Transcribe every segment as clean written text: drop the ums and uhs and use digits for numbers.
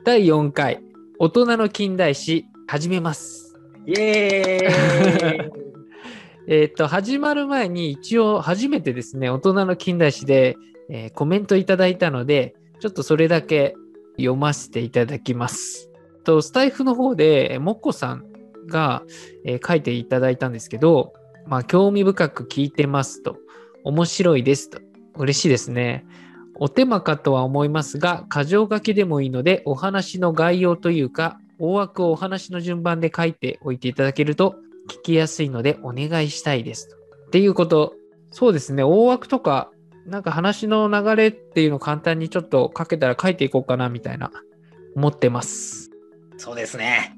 第4回大人の近代史始めます。 イエーイ始まる前に一応初めてですね、大人の近代史で、コメントいただいたので、ちょっとそれだけ読ませていただきます。スタイフの方でもっこさんが、書いていただいたんですけど、興味深く聞いてますと、面白いですと、嬉しいですね。お手間かとは思いますが、箇条書きでもいいので、お話の概要というか、大枠をお話の順番で書いておいていただけると聞きやすいのでお願いしたいですと。っていうこと、そうですね、大枠とか、なんか話の流れっていうのを簡単にちょっと書けたら書いていこうかなみたいな、思ってます。 そうですね。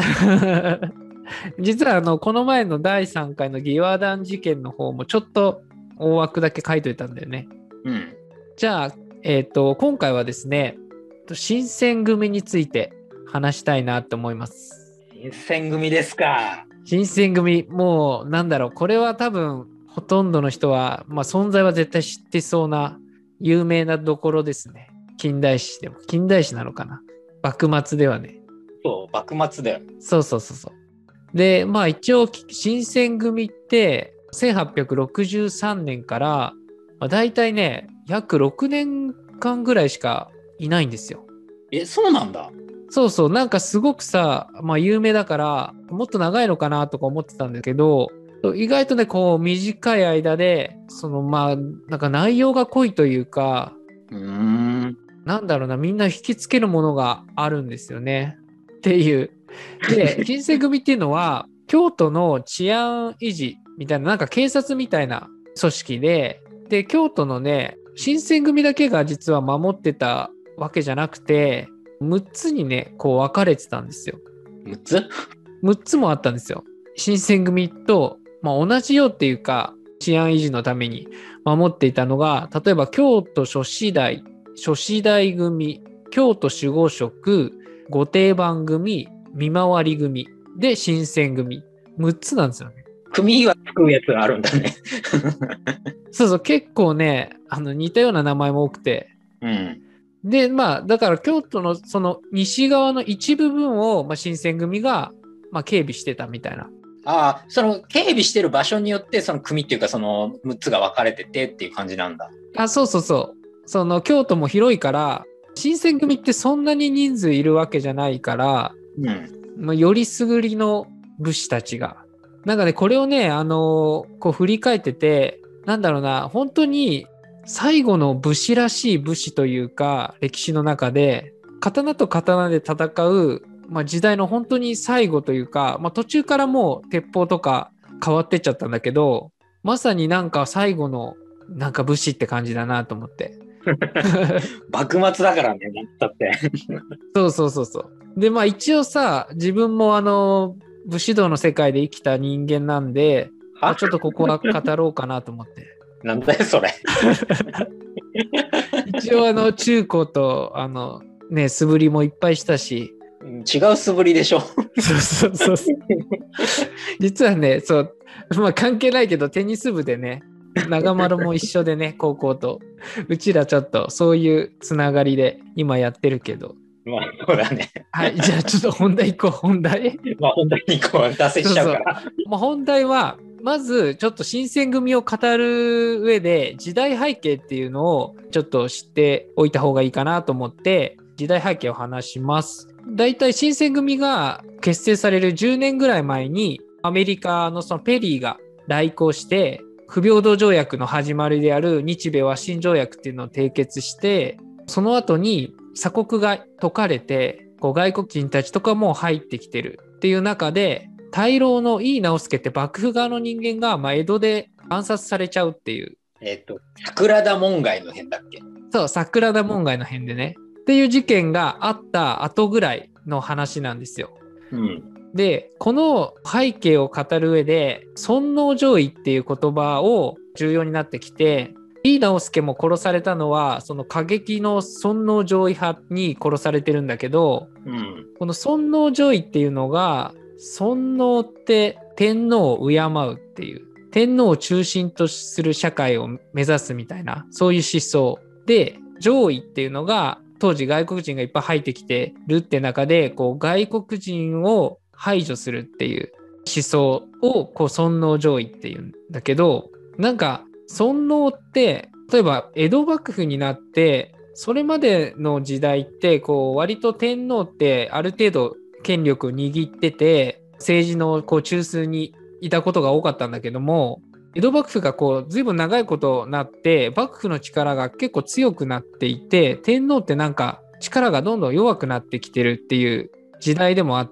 実はこの前の第3回の義和団事件の方もちょっと大枠だけ書いといたんだよね。 うん。 じゃあ、今回はですね、新選組について話したいなと思います。 新選組ですか。 新選組、もうなんだろう、これは多分ほとんどの人は、存在は絶対知ってそうな有名なところですね。近代史でも。近代史なのかな。幕末ではね。 そう、幕末だよ。 そう。で、一応、新選組って1863年から、だいたいね、約6年間ぐらいしかいないんですよ。 そうなんだ。 そう、なんかすごくさ、有名だから、もっと長いのかなとか思ってたんだけど、意外とね、こう、短い間で、なんか内容が濃いというか、なんだろうな、みんな引きつけるものがあるんですよね。っていう。で、新選組っていうのは、京都の治安維持みたいな、なんか警察みたいな組織で、京都のね、新選組だけが実は守ってたわけじゃなくて、6つにね、こう分かれてたんですよ。 6つ ?6 つもあったんですよ。新選組と、同じようっていうか、治安維持のために守っていたのが、例えば京都諸子大組、京都守護職、御定番組、見回り組で新選組。6つなんですよね。 組はつくやつがあるんだね。 そう、結構ね、似たような名前も多くて。 うん。 で、だから京都のその西側の一部分を、新選組が、警備してたみたいな。 ああ、その警備してる場所によって、その組っていうか、その6つが分かれててっていう感じなんだ。 そう。その京都も広いから、新選組ってそんなに人数いるわけじゃないから、よりすぐりの武士たちが。なんかね、これをね、こう振り返ってて、なんだろうな、本当に最後の武士らしい武士というか、歴史の中で、刀と刀で戦う、時代の本当に最後というか、途中からもう鉄砲とか変わってっちゃったんだけど、まさになんか最後のなんか武士って感じだなと思って。 幕末だからね、だって。 そう。で、一応さ、自分も武士道の世界で生きた人間なんで、ちょっとここは語ろうかなと思って。 なんだよ、それ。 一応中高と、素振りもいっぱいしたし。 違う素振りでしょ。 そう。実はね、そう、関係ないけど、テニス部でね、長丸も一緒でね、高校と。うちらちょっとそういうつながりで今やってるけど。 そうだね。 はい、じゃあちょっと本題行こう、本題。 本題にこう、脱線しちゃうから。 本題は、まずちょっと新選組を語る上で、時代背景っていうのをちょっと知っておいた方がいいかなと思って、時代背景を話します。だいたい新選組が結成される10年ぐらい前に、アメリカのそのペリーが来航して、不平等条約の始まりである日米和親条約っていうのを締結して、その後に鎖国が解かれて、外国人たちとかも入ってきてるっていう中で、大老の井伊直弼って幕府側の人間が江戸で暗殺されちゃうっていう。 桜田門外の変だっけ？ そう、桜田門外の変でね。っていう事件があった後ぐらいの話なんですよ。で、この背景を語る上で、尊王攘夷っていう言葉を重要になってきて、井伊直弼も殺されたのは、その過激の尊王攘夷派に殺されてるんだけど、この尊王攘夷っていうのが、尊王って天皇を敬うっていう、天皇を中心とする社会を目指すみたいな、そういう思想で、攘夷っていうのが当時外国人がいっぱい入ってきてるって中で、こう外国人を排除するっていう思想をこう尊王攘夷っていうんだけど、なんか尊王って例えば江戸幕府になってそれまでの時代ってこう割と天皇ってある程度権力を握ってて政治のこう中枢にいたことが多かったんだけども、江戸幕府がこう随分長いことになって幕府の力が結構強くなっていて、天皇ってなんか力がどんどん弱くなってきてるっていう時代でもあって、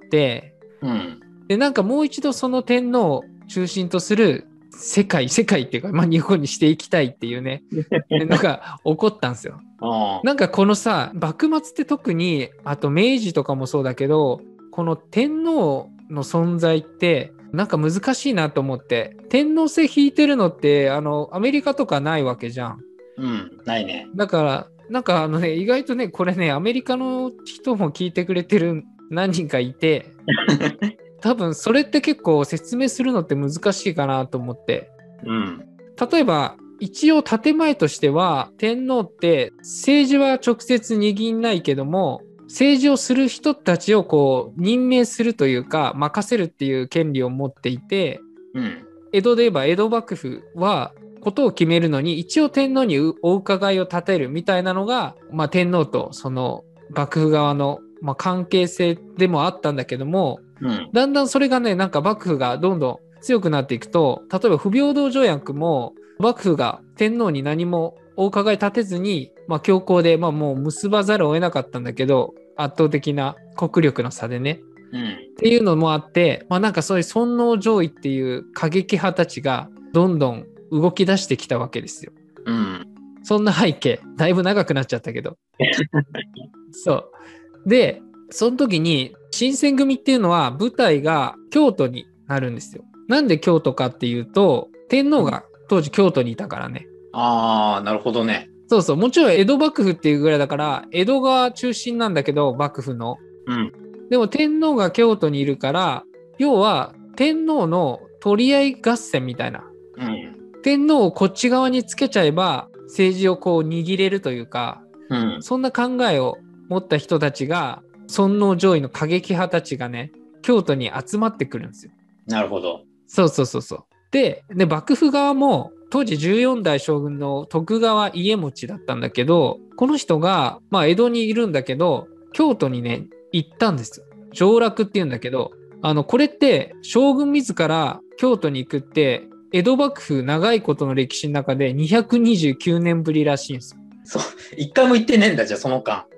うん。 でなんかもう一度その天皇を中心とする世界っていうか、まあ、日本にしていきたいっていうねのが起こったんですよ。 あなんかこのさ、幕末って特にあと明治とかもそうだけど、この天皇の存在ってなんか難しいなと思って、天皇制引いてるのってアメリカとかないわけじゃん。 うん。ないね。 だからなんか意外とねこれねアメリカの人も聞いてくれてる何人かいて多分それって結構説明するのって難しいかなと思って。 うん。 例えば一応建前としては天皇って政治は直接握んないけども政治をする人たちをこう任命するというか任せるっていう権利を持っていて、 うん。 江戸で言えば江戸幕府はことを決めるのに一応天皇にお伺いを立てるみたいなのが、まあ、天皇とその幕府側の、まあ、関係性でもあったんだけども、 うん。 だんだんそれがねなんか幕府がどんどん強くなっていくと、例えば不平等条約も幕府が天皇に何もお伺い立てずに、まあ、強行で、まあ、もう結ばざるを得なかったんだけど、圧倒的な国力の差でねうん。 っていうのもあって、まあ、なんかそういう尊王攘夷っていう過激派たちがどんどん動き出してきたわけですよ。 うん。 そんな背景だいぶ長くなっちゃったけどそうで、その時に新選組っていうのは舞台が京都になるんですよ。なんで京都かっていうと天皇が当時京都にいたからね。 ああ、なるほどね。 そうそう、もちろん江戸幕府っていうぐらいだから江戸が中心なんだけど幕府の、 うん。 でも天皇が京都にいるから要は天皇の取り合い合戦みたいな、 うん。 天皇をこっち側につけちゃえば政治をこう握れるというか、 うん。 そんな考えを持った人たちが尊王攘夷の過激派たちがね京都に集まってくるんですよ。 なるほど。 そうそうそうそう。で幕府側も当時14代将軍の徳川家茂だったんだけど、この人が、まあ、江戸にいるんだけど京都にね行ったんですよ。上洛っていうんだけど、これって将軍自ら京都に行くって江戸幕府長いことの歴史の中で229年ぶりらしいんですよ。 そう。一回も行ってねえんだ、じゃあその間。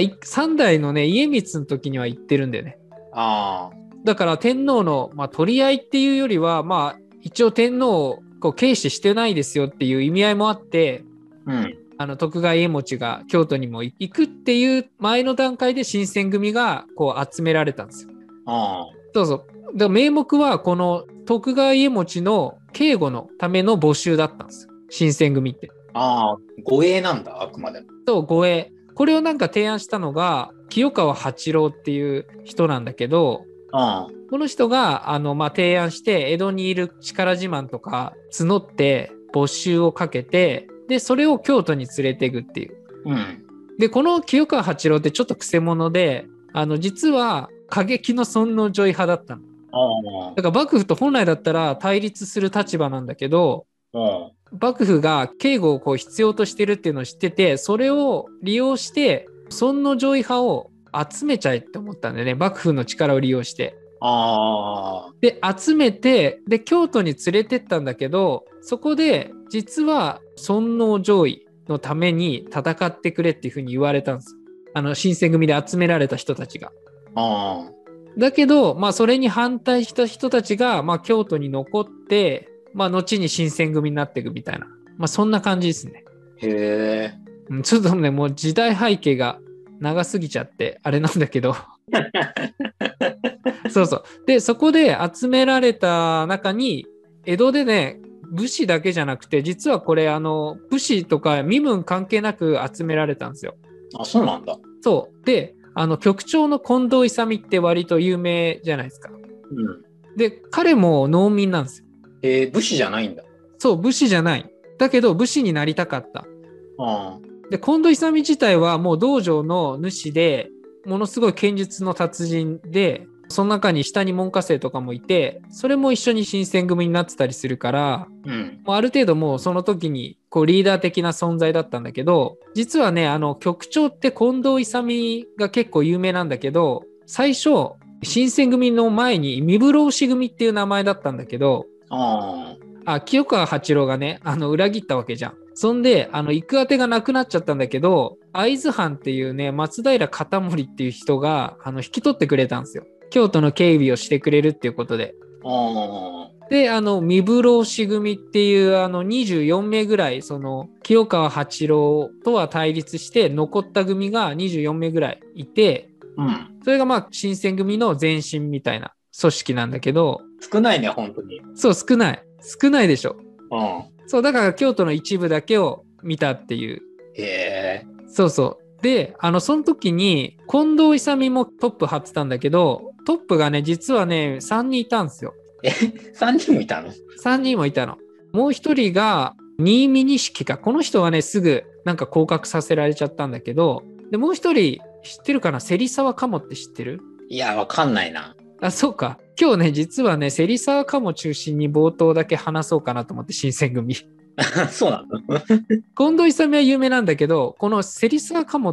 3代のね家光の時には行ってるんだよね。 ああ。 だから天皇の、まあ、取り合いっていうよりは、まあ、一応天皇をこう軽視してないですよっていう意味合いもあって、 うん。 徳川家茂が京都にも行くっていう前の段階で新選組がこう集められたんですよ。 ああ。 そうそう。で名目はこの徳川家茂の警護のための募集だったんですよ。新選組って。 ああ、護衛なんだ、あくまでも。 と護衛。これをなんか提案したのが清川八郎っていう人なんだけど、 ああ。 この人がまあ、提案して江戸にいる力自慢とか募って募集をかけて、でそれを京都に連れていくっていう。 うん。 でこの清川八郎ってちょっとくせ者で実は過激の尊王攘夷派だったの。 あだから幕府と本来だったら対立する立場なんだけど、 あ。 幕府が警護をこう必要としてるっていうのを知ってて、それを利用して尊王攘夷派を集めちゃえって思ったんだよね。幕府の力を利用して。 ああ。 で集めて、で京都に連れてったんだけど、そこで実は尊王攘夷のために戦ってくれっていうふうに言われたんですよ。新選組で集められた人たちが。 ああ。 だけど、まあ、それに反対した人たちが、まあ、京都に残って、まあ、後に新選組になっていくみたいな、まあ、そんな感じですね。 へえ。 ちょっとね、もう時代背景が長すぎちゃって、あれなんだけど。そうそう。で、そこで集められた中に、江戸でね、武士だけじゃなくて、実はこれ、武士とか身分関係なく集められたんですよ。 あ、そうなんだ。 そう。で、局長の近藤勇って割と有名じゃないですか。 うん。 で、彼も農民なんですよ。 武士じゃないんだ。 そう、武士じゃない。だけど、武士になりたかった。 あで、近藤勇自体はもう道場の主で、ものすごい剣術の達人で、その中に下に門下生とかもいて、それも一緒に新選組になってたりするから、 うん。 もうある程度もうその時にこうリーダー的な存在だったんだけど、実はね、局長って近藤勇が結構有名なんだけど、最初、新選組の前に三風浪士組っていう名前だったんだけど、 あ清川八郎がね、裏切ったわけじゃん。そんで、行く当てがなくなっちゃったんだけど、会津藩っていうね、松平片盛っていう人が、引き取ってくれたんですよ。京都の警備をしてくれるっていうことで。 あ。 で、三風浪士組っていう、24名ぐらい、清川八郎とは対立して、残った組が24名ぐらいいて、 うん。 それがまあ、新選組の前身みたいな組織なんだけど、 少ないね、本当に。 そう、少ない。少ないでしょ。 うん。 そう、だから京都の一部だけを見たっていう。 へえ。 そうそう。で、その時に、近藤勇もトップ張ってたんだけど、トップがね、実はね、3人いたんですよ。 3人もいたの？ 3人もいたの。もう一人が、新見錦か。この人はね、すぐなんか降格させられちゃったんだけど、で、もう一人、知ってるかな？芹沢鴨って知ってる？ いや、わかんないな。 あ、そうか。今日ね、実はね、芹沢鴨中心に冒頭だけ話そうかなと思って、新選組。 そうなの？ 近藤勇は有名なんだけど、この芹沢鴨って、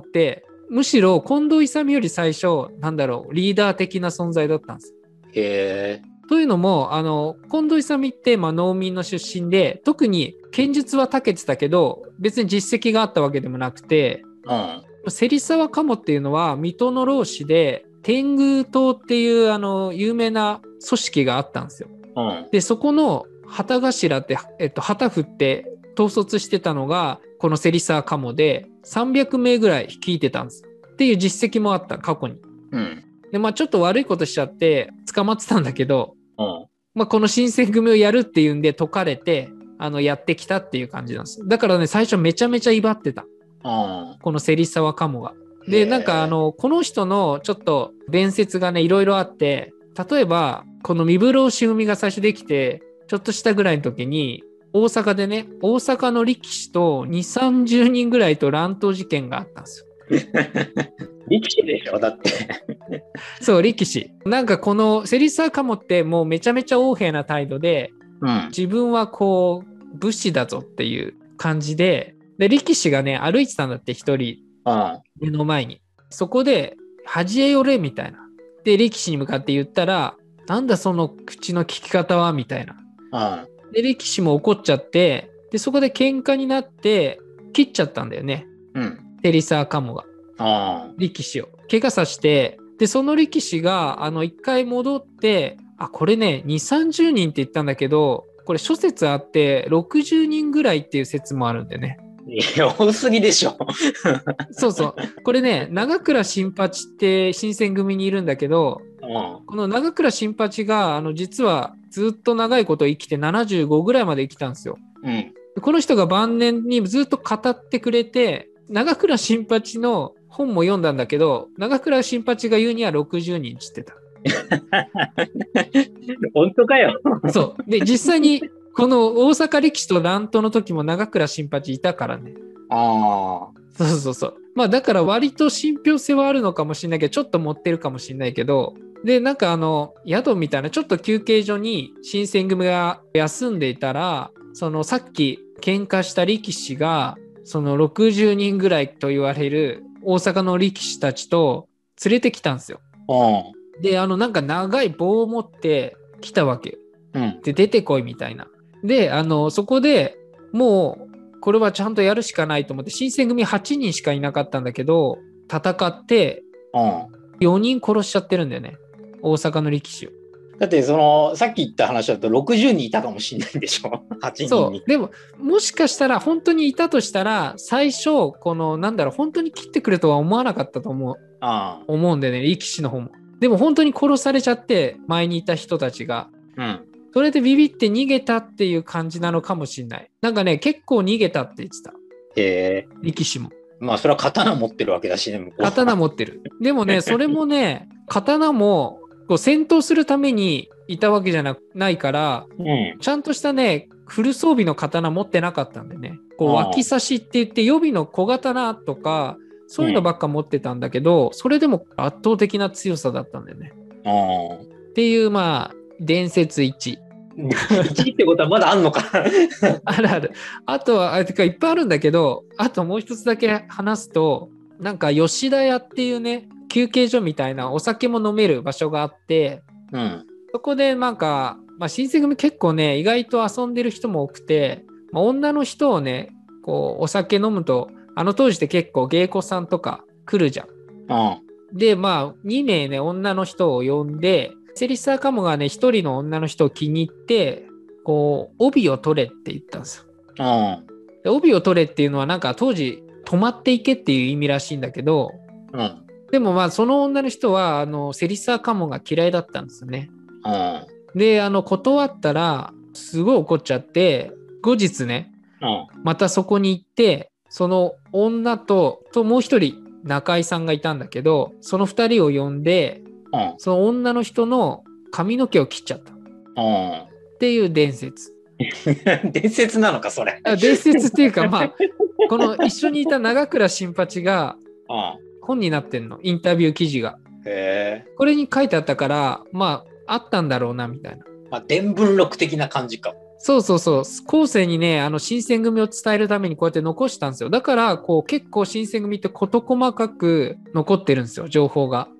むしろ近藤勇より最初、リーダー的な存在だったんです。 へえ。 というのも、近藤勇って、農民の出身で、特に剣術は長けてたけど、別に実績があったわけでもなくて、 うん。 芹沢鴨っていうのは、水戸の浪士で、天狗党っていう、有名な組織があったんですよ。 うん。 で、そこの旗頭って、旗振って統率してたのが、この芹沢鴨で、300名ぐらい率いてたんです。っていう実績もあった、過去に。 うん。 で、ちょっと悪いことしちゃって、捕まってたんだけど、 うん。 この新選組をやるっていうんで解かれて、やってきたっていう感じなんです。だからね、最初めちゃめちゃ威張ってた。 うん。 この芹沢鴨が。で、なんかこの人のちょっと伝説がね、いろいろあって、例えば、この三風浪士組が最初できて、ちょっとしたぐらいの時に、大阪でね、大阪の力士と2、30人ぐらいと乱闘事件があったんですよ。 力士でしょだって。 そう、力士。なんかこの芹沢鴨ってもうめちゃめちゃ横柄な態度で、 うん。 自分はこう、武士だぞっていう感じで、で、力士がね、歩いてたんだって一人、 うん。 目の前に。そこで、恥へよれみたいな。で、力士に向かって言ったら、なんだその口の利き方はみたいな。 うん。 で、力士も怒っちゃって、で、そこで喧嘩になって、切っちゃったんだよね。 うん。 芹沢鴨が。 あ力士を。怪我させて、で、その力士が、一回戻って、これね、2、30人って言ったんだけど、これ諸説あって、60人ぐらいっていう説もあるんでね。 いや、多すぎでしょ。 そうそう。これね、長倉新八って新選組にいるんだけど、 うん。 この長倉新八が、実はずっと長いこと生きて75ぐらいまで生きたんですよ。 うん。 この人が晩年にずっと語ってくれて、長倉新八の本も読んだんだけど、長倉新八が言うには60人って言ってた。 本当かよ。 そう。で、実際に、この大阪力士と乱闘の時も長倉新八いたからね。 ああ。 そうそうそう。だから割と信憑性はあるのかもしれないけど、ちょっと持ってるかもしれないけど、で、なんか宿みたいな、ちょっと休憩所に新選組が休んでいたら、さっき喧嘩した力士が、その60人ぐらいと言われる大阪の力士たちと連れてきたんですよ。 うん。 で、なんか長い棒を持って来たわけ。 うん。 で、出てこいみたいな。で、そこでもう、これはちゃんとやるしかないと思って、新選組8人しかいなかったんだけど、戦ってうん。 4人殺しちゃってるんだよね。大阪の力士を。 だってさっき言った話だと60人いたかもしれないんでしょ？ 8 人に。 そう。でも、もしかしたら本当にいたとしたら、最初、本当に切ってくれとは思わなかったと思うんだよね、力士の方も。でも本当に殺されちゃって、前にいた人たちが。 うん。 それでビビって逃げたっていう感じなのかもしれない。なんかね、結構逃げたって言ってた。 へえ。 力士も。 まあ、それは刀持ってるわけだしね、向こうは。 刀持ってる。でもね、それもね、刀もこう戦闘するためにいたわけじゃないから、 うん。 ちゃんとしたね、 フル装備の刀持ってなかったんでね、こう脇差しって言って予備の小刀とかそういうのばっか持ってたんだけど、それでも圧倒的な強さだったんだよね。っていうまあ伝説1。 1ってことはまだあんのか。 あるある。あとは、てかいっぱいあるんだけど、あともう一つだけ話すと、なんか吉田屋っていうね、休憩所みたいなお酒も飲める場所があって、そこでなんか、新選組結構ね、意外と遊んでる人も多くて、女の人をね、こう、お酒飲むと、あの当時って結構芸妓さんとか来るじゃん。で、2名ね、女の人を呼んで、セリサーカモがね、一人の女の人を気に入って、こう、帯を取れって言ったんですよ。で帯を取れっていうのはなんか当時、泊まっていけっていう意味らしいんだけど、でもその女の人は、セリサーカモが嫌いだったんですよね。で、断ったら、すごい怒っちゃって、後日ね、またそこに行って、その女ともう一人、中井さんがいたんだけど、その二人を呼んで、その女の人の髪の毛を切っちゃった。っていう伝説。 伝説なのか、それ。 伝説っていうか、この一緒にいた長倉新八が本になってんの、インタビュー記事が。これに書いてあったから、あったんだろうな、みたいな。 伝聞録的な感じか。 そう。後世にね、新選組を伝えるためにこうやって残したんですよ。だから、結構新選組って事細かく残ってるんですよ、情報が。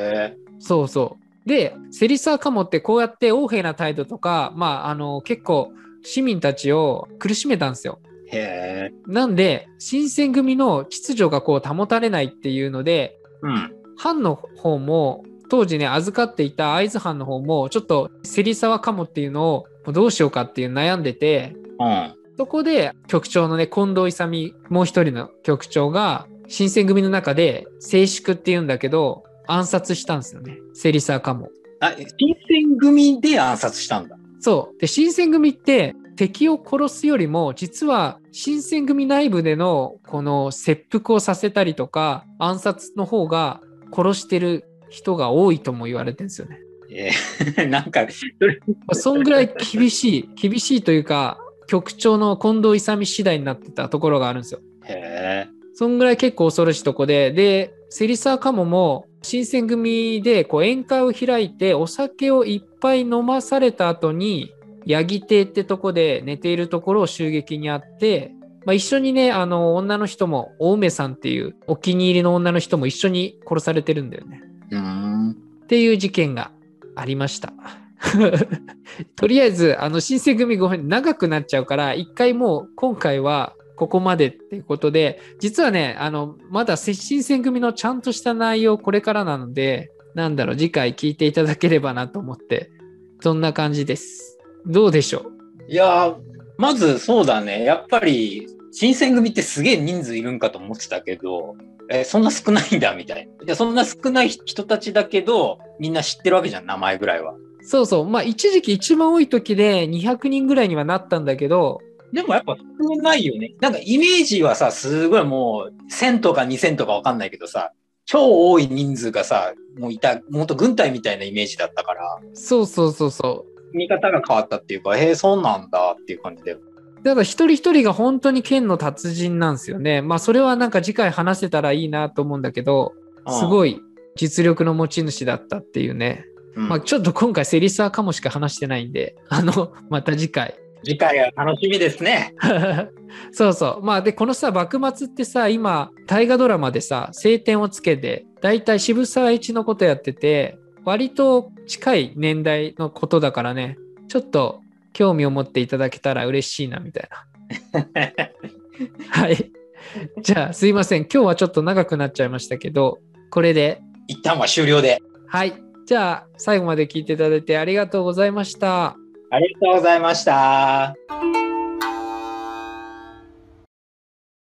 で、セリサーカモってこうやって横柄な態度とか、結構市民たちを苦しめたんですよ。なんで、新選組の秩序がこう保たれないっていうので、藩の方も、当時ね、預かっていた会津藩の方も、ちょっとセリサワカモっていうのをどうしようかっていう悩んでて、そこで局長のね、近藤勇、もう一人の局長が、新選組の中で静粛っていうんだけど、暗殺したんですよね。セリサーカモ。 新選組で暗殺したんだ。 そう。で、新選組って敵を殺すよりも、実は新選組内部でのこの切腹をさせたりとか、暗殺の方が殺してる人が多いとも言われてるんですよね。 なんか、 そんぐらい厳しいというか、局長の近藤勇次第になってたところがあるんですよ。そんぐらい結構恐ろしいとこで、セリサーカモも新選組でこう宴会を開いてお酒をいっぱい飲まされた後に、八木邸ってとこで寝ているところを襲撃にあって、一緒にね、女の人も、お梅さんっていうお気に入りの女の人も一緒に殺されてるんだよね。っていう事件がありました。とりあえず、新選組ごめん、長くなっちゃうから、一回もう今回はここまでっていうことで、実はね、まだ新選組のちゃんとした内容これからなので、次回聞いていただければなと思って、そんな感じです。どうでしょう？ いや、まずそうだね。やっぱり、新選組ってすげえ人数いるんかと思ってたけど、そんな少ないんだみたいな。そんな少ない人たちだけど、みんな知ってるわけじゃん、名前ぐらいは。 一時期一番多い時で200人ぐらいにはなったんだけど、 でもやっぱ少ないよね。なんかイメージはさ、すごいもう1000とか2000とかわかんないけどさ、超多い人数がさ、もっと軍隊みたいなイメージだったから。 そう。 見方が変わったっていうか、そうなんだっていう感じだよ。 ただ一人一人が本当に剣の達人なんですよね。それはなんか次回話せたらいいなと思うんだけど、すごい実力の持ち主だったっていうね。ちょっと今回セリサーカモしか話してないんで、また次回。 次回は楽しみですね。 そう。で、このさ、幕末ってさ、今、大河ドラマでさ、青天をつけて、だいたい渋沢栄一のことやってて、割と近い年代のことだからね、ちょっと興味を持っていただけたら嬉しいな、みたいな。はい。じゃあ、すいません。今日はちょっと長くなっちゃいましたけど、これで。 一旦は終了で。 はい。じゃあ、最後まで聞いていただいてありがとうございました。 ありがとうございました。